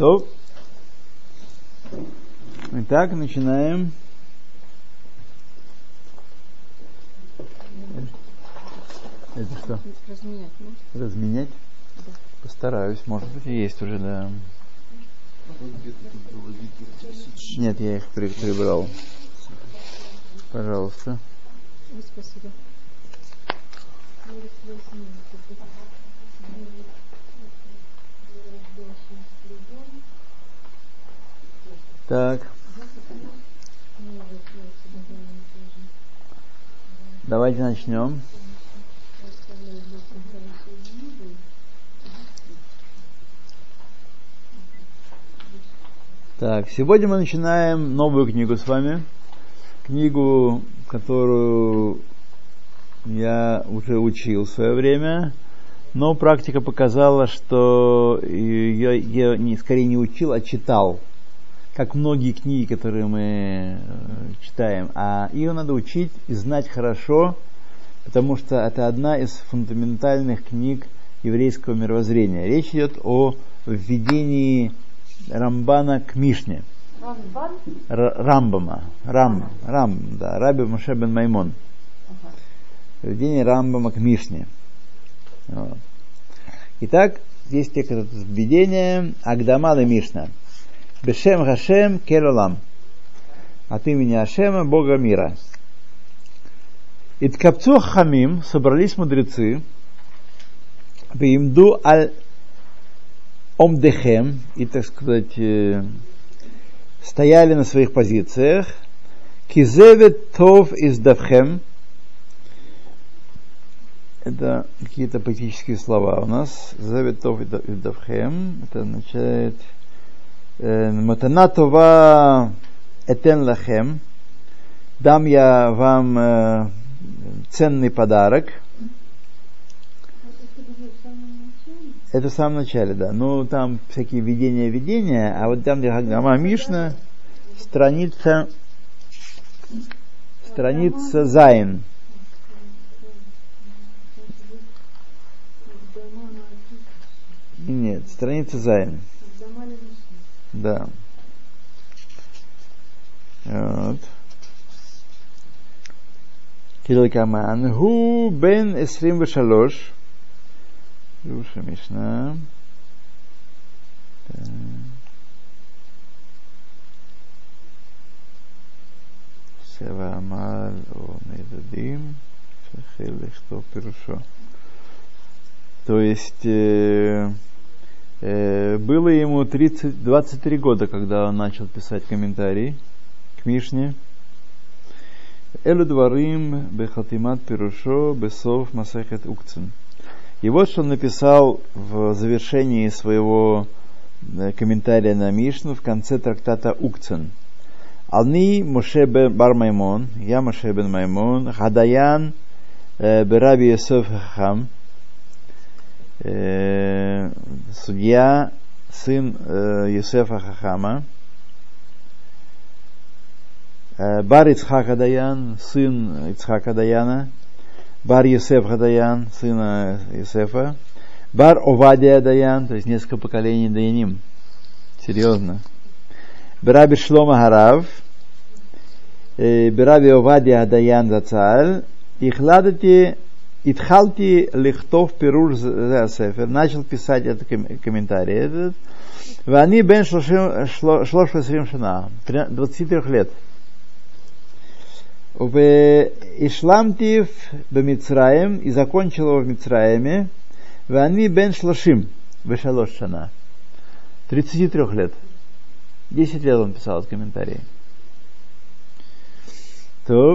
То. Итак, начинаем. Это что? Разменять, да? Разменять? Да. Постараюсь. Может быть, и есть уже, да. Нет, я их прибрал. Пожалуйста. Спасибо. Так. Давайте начнем. Так, сегодня мы начинаем новую книгу с вами. Книгу, которую я уже учил в свое время, но практика показала, что я скорее не учил, а читал. Как многие книги, которые мы читаем. А ее надо учить и знать хорошо, потому что это одна из фундаментальных книг еврейского мировоззрения. Речь идет о введении Рамбана к Мишне. Рамбама. Раби Моше бен Маймон. Введение Рамбама к Мишне. Вот. Итак, здесь текст введения Агдама ле Мишна. Бешем Хашем Келолам. От имени Ашема, Бога мира. Иткапцу Хамим, собрались мудрецы, Вимду аль Омдехем, и, так сказать, стояли на своих позициях. Кизевет Тов из Давхем. Это какие-то поэтические слова у нас. Зевет Тов из Давхем. Это означает Матана Това этен лахем. Дам я вам ценный подарок. Это в самом начале, да. Ну, там всякие видения, а вот там, где Агдама Мишна, страница Зайн. Нет, страница Зайн. Да. Вот. Килкаман. Ху бен 23. Руша Мишна. Сева Амаль о Медадим. Шахил лихтов пирушо. То есть было ему 23 года, когда он начал писать комментарий к Мишне. Элю дварим бехатимат пирушо бесов масехет укцин. И вот что он написал в завершении своего комментария на Мишну в конце трактата Укцин. Ални Моше бар Маймон, я Моше бен Маймон, Хадаян бераби Йосеф Хахам, судья, сын Йосефа Хахама, бар Ицхак Хадаян, сын Ицхака Даяна, бар Йосеф Хадаян, сына Йосефа, бар Овадия Даян, то есть несколько поколений Даяним. Серьезно. Бераби Шлома Харав, Бераби Овадия Даян Зацаль, Итхалти лихтов пируш за сефер, начал писать этот комментарий этот. Вани бен шлош-весрим шана, 23 лет. В Ишламтив бемицраем, и закончил его в Мицраеме. Вани бен шлошим вешалош шана, 33 лет. 10 лет он писал этот комментарий. То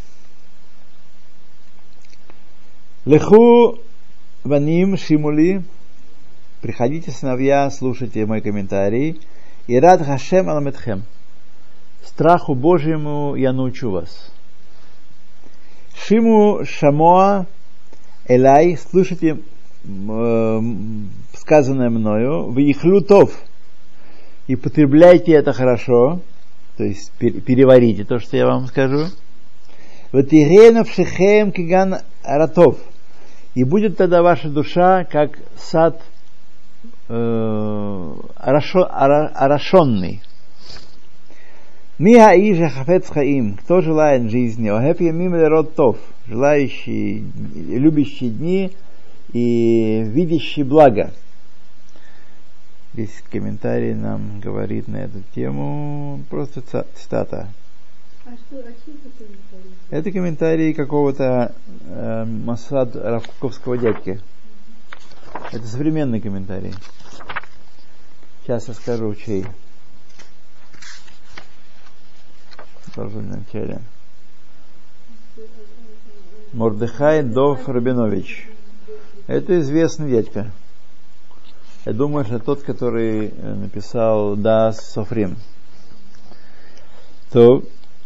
Леху ваним шимули, приходите, сыновья, слушайте мой комментарий. И рад Хашем аламетхем, страху Божьему я научу вас. Шиму шамоа элай, слушайте сказанное мною, вихлютов, и потребляйте это хорошо, то есть переварите то, что я вам скажу. Ватирена пшихем киган ратов, и будет тогда ваша душа как сад орошенный. Миха иже хафец хаим, кто желает жизни, охеп ямим лерот тов, желающий, любящий дни и видящий благо. Здесь комментарий нам говорит на эту тему, просто цитата. А что, это комментарий? Это комментарий какого-то Масад Равковского дядьки. Это современный комментарий. Сейчас я скажу, чей. Скажу в начале. Мордехай Дов Рабинович. Это известный дядька. Я думаю, что тот, который написал Дас Софрим. То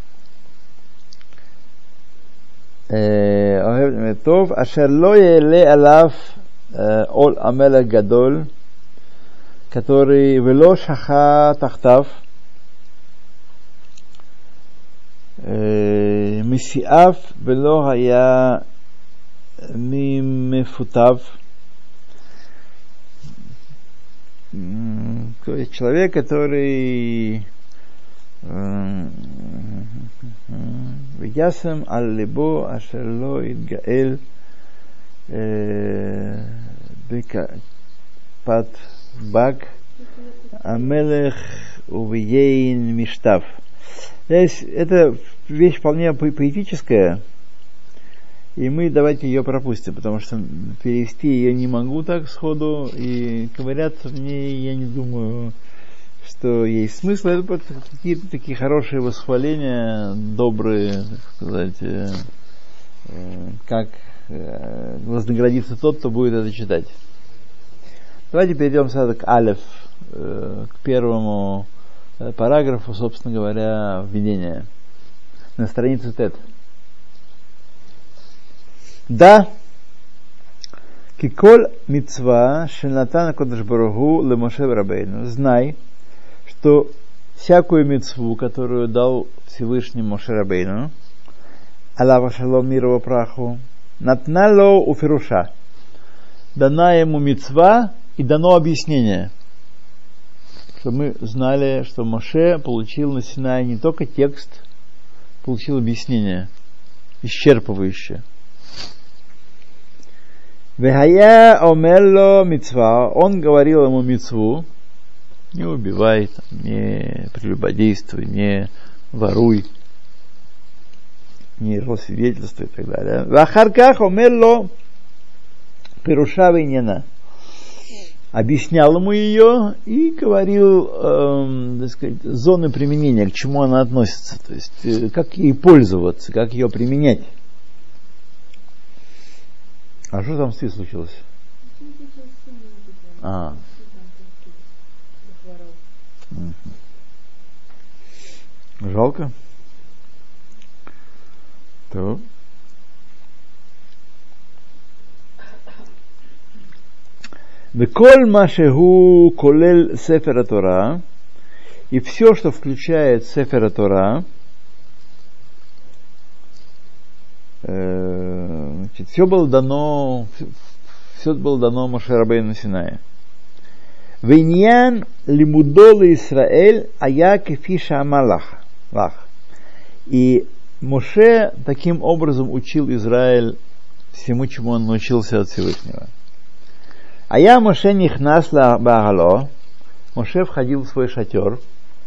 טוב, אשר לא יעלה עליו עול המלך גדול, который ולא שחה תחתיו, מסיעיו ולא היה ממפותיו. То есть человек, который וישם על ליבו אשר לא יתגאל בכפת בג המלך וביין משטף. Это вещь вполне поэтическая, и мы давайте ее пропустим, потому что перевести ее не могу так сходу, и ковыряться в ней я не думаю, что есть смысл. Это какие-то такие хорошие восхваления, добрые, так сказать, как вознаградится тот, кто будет это читать. Давайте перейдем сразу к Алеф, к первому параграфу, собственно говоря, введения. На странице Тет. Да, киколь мицва шенатана кодеш баруху ле Моше рабейну. Знай, что всякую мицву, которую дал Всевышний Моше рабейну, Аллах шалом мир его праху, натнало у фируша. Дана ему мицва и дано объяснение. Чтобы мы знали, что Моше получил на Синае не только текст, получил объяснение, исчерпывающее. Вехая омерло мицва, он говорил ему мицву, не убивай, там, не прелюбодействуй, не воруй, не лжесвидетельствуй и так далее. Вахарках омерло пируша вейнена. Объяснял ему ее и говорил, так сказать, зоны применения, к чему она относится, то есть как ей пользоваться, как ее применять. А что там с ней случилось? Жалко. То. Веколь машеху колель сефер Тора, и все, что включает сефер Тора, все было дано Моше рабейну Синае. Виньян лимудол Исраэль ая кефиша амалах. И Моше таким образом учил Израиль всему, чему он научился от Всевышнего. Ая Моше нихнас баагало. Моше входил в свой шатер.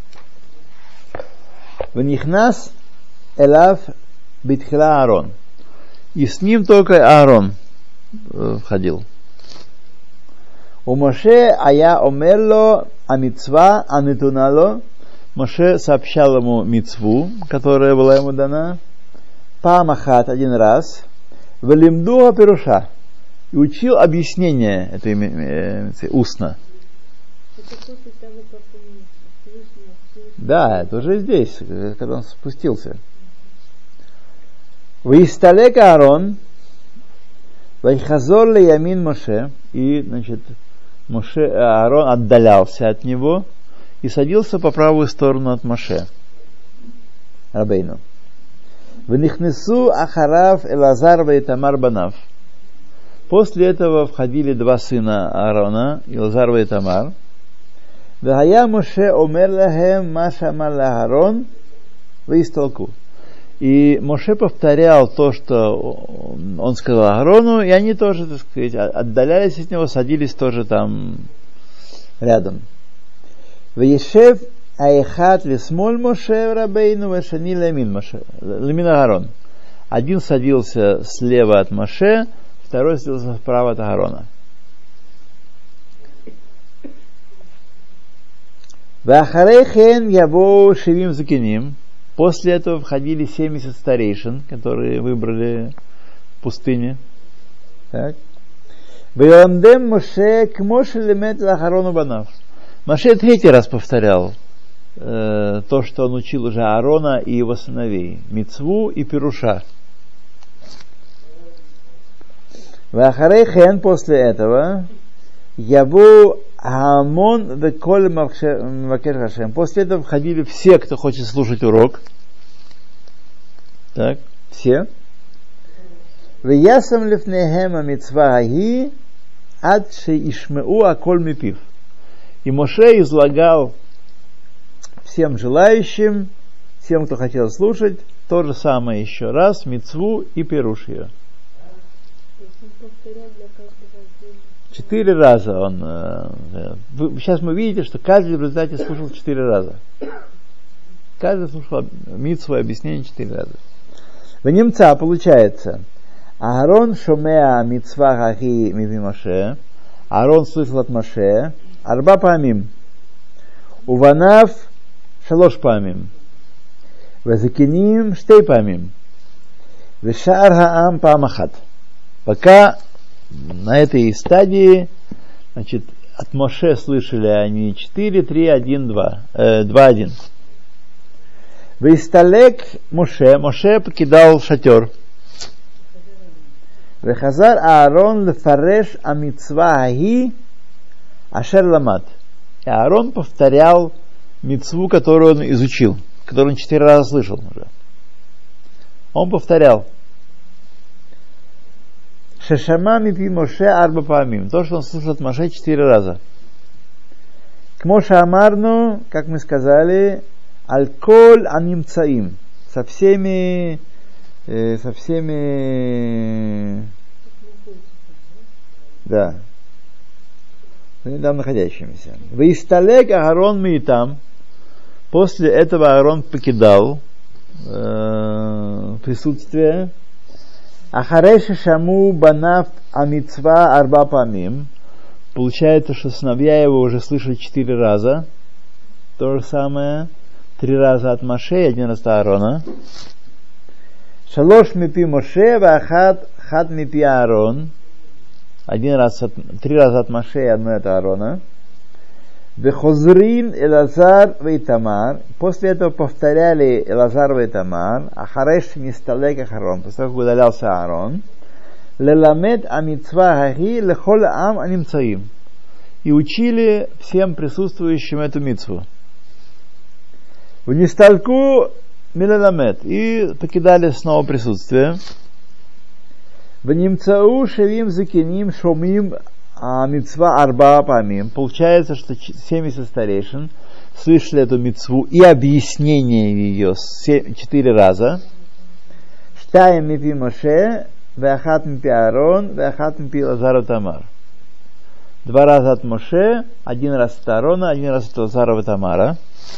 Внихнас элав битхила Аарон. И с ним только Аарон входил. У Моше ая омерло амитцва анетунало. Моше сообщал ему мицву, которая была ему дана, памахат один раз, велимдуа пируша, и учил объяснение этой устно. Да, это уже здесь, когда он спустился. Ваисталек Аарон, вайхазор ле ямин Моше, и, значит, Аарон отдалялся от него и садился по правую сторону от Моше рабейну. Внихнесу ахарав Элазар ваитамар банав. После этого входили два сына Аарона, Илазар и Тамар. Вегая Моше омер лахем ма шамар лаарон ваисталку. И Моше повторял то, что он сказал Аарону, и они тоже, так сказать, отдалялись от него, садились тоже там рядом. Ваешев аехат лисмоль Моше рабейну вешани лемин Аарон. Один садился слева от Моше, второй садился справа от Аарона. Вахарейхен ябоу шевим закиним. После этого входили 70 старейшин, которые выбрали в пустыне. Так. Веондем Моше к Моше лемет лахарону банав. Моше третий раз повторял то, что он учил уже Аарона и его сыновей. Мицву и Пируша. Вахарейхен после этого ябоу Амон веколь мавакеш Хашем. После этого входили все, кто хочет слушать урок. Так, все. Веясам лифнехем амитцва аги ад шеишмеу аколь мипив. И Моше излагал всем желающим, всем, кто хотел слушать, то же самое еще раз, мицву и пируш ее. 4 раза он... Сейчас мы видите, что каждый в результате слушал 4 раза. Каждый слушал мицву и объяснение 4 раза. В немца получается Аарон шомеа мицва хахи мипи Моше. Аарон слышал от Моше. Арба памим. Уванав шалош памим. Вазакиним штей памим. Вешар хаам памахат. Пока на этой стадии, значит, от Моше слышали они 4, 3, 1, 2, 2, 1. Вейсталек Моше покидал шатер. Вехазар Аарон лефареш амитцва аги ашер ламат. И Аарон повторял мицву, которую он изучил, которую он 4 раза слышал уже. Он повторял. Шешама мипи Моше арба памим. То, что он слышал от Моше 4 раза. К Моше Амарну, как мы сказали, аль-коль анимцаим. Со всеми да, недавно находящимися. Ваисталек Аарон миитам. После этого Аарон покидал присутствие. Ахареша шаму банав амитцва арба памим. Получается, что сыновья его уже слышали 4 раза. То же самое. 3 раза от Моше и 1 раз от Аарона. Шалош мипи Моше вахат хат мипи Аарон. 3 раза от Моше и 1 от Аарона. Вехозрин Элазар и Тамар. После этого повторяли Элазар и Тамар. Ахареш мисталек Аарон. После того, как удалялся Аарон. Леламед амитцва хаги лехол ам анимцаим. И учили всем присутствующим эту мицву. В нистальку милеламед. И покидали снова присутствие. В нимцау шевим закиним шомим мицва арба памим. Получается, что 70 старейшин слышали эту мицву и объяснение ее 4 раза. Штаем мипи Моше, веахат мипи Аарон, веахат мипи Лазар Тамар. 2 раза от Моше, 1 раз от Аарона, 1 раз от Лазара и Тамара.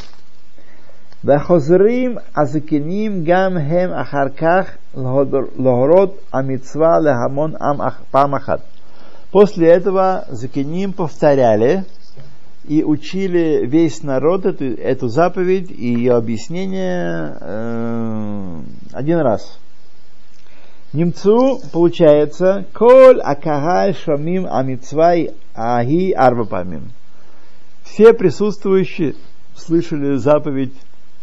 Вехозрим азакиним гам хем ахарках лохорот амитцва лехамон ам памахат. После этого закиним повторяли и учили весь народ эту заповедь и ее объяснение 1 раз. Немцу получается коль акагаль шамим амитцвай аги арба памим. Все присутствующие слышали заповедь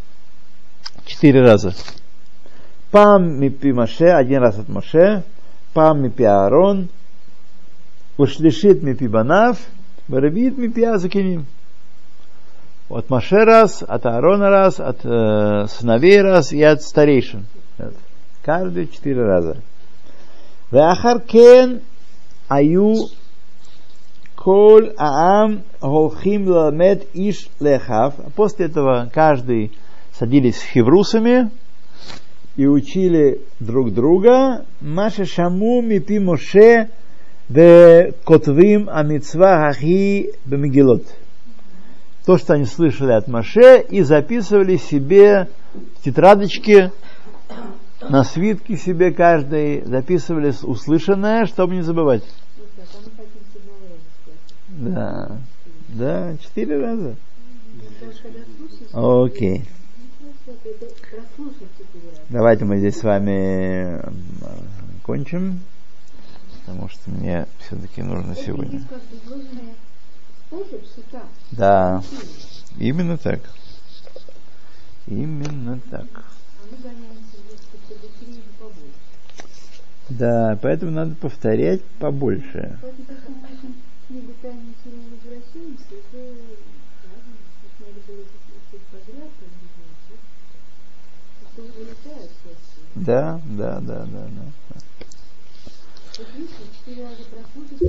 4 раза. Пам мипи Моше, 1 раз от Моше, пам мипи Аарон, ушлишит мипи банав, варабит мипи азакиним. От Моше раз, от Аарона раз, от сыновей раз и от старейшин. Каждый 4 раза. Веахар кен аю коль аам голхим ламед иш лехав. После этого каждый садились с хеврусами и учили друг друга. Маша шаму мипи Моше де котвим амитсва хахи бемегилот. То, что они слышали от Моше, и записывали себе в тетрадочки, на свитке себе каждый, записывали услышанное, чтобы не забывать. Да, 4 раза. Окей. Давайте мы здесь с вами кончим, потому что мне все-таки нужно сегодня. Да, именно так. Именно так. Да, поэтому надо повторять побольше. Да.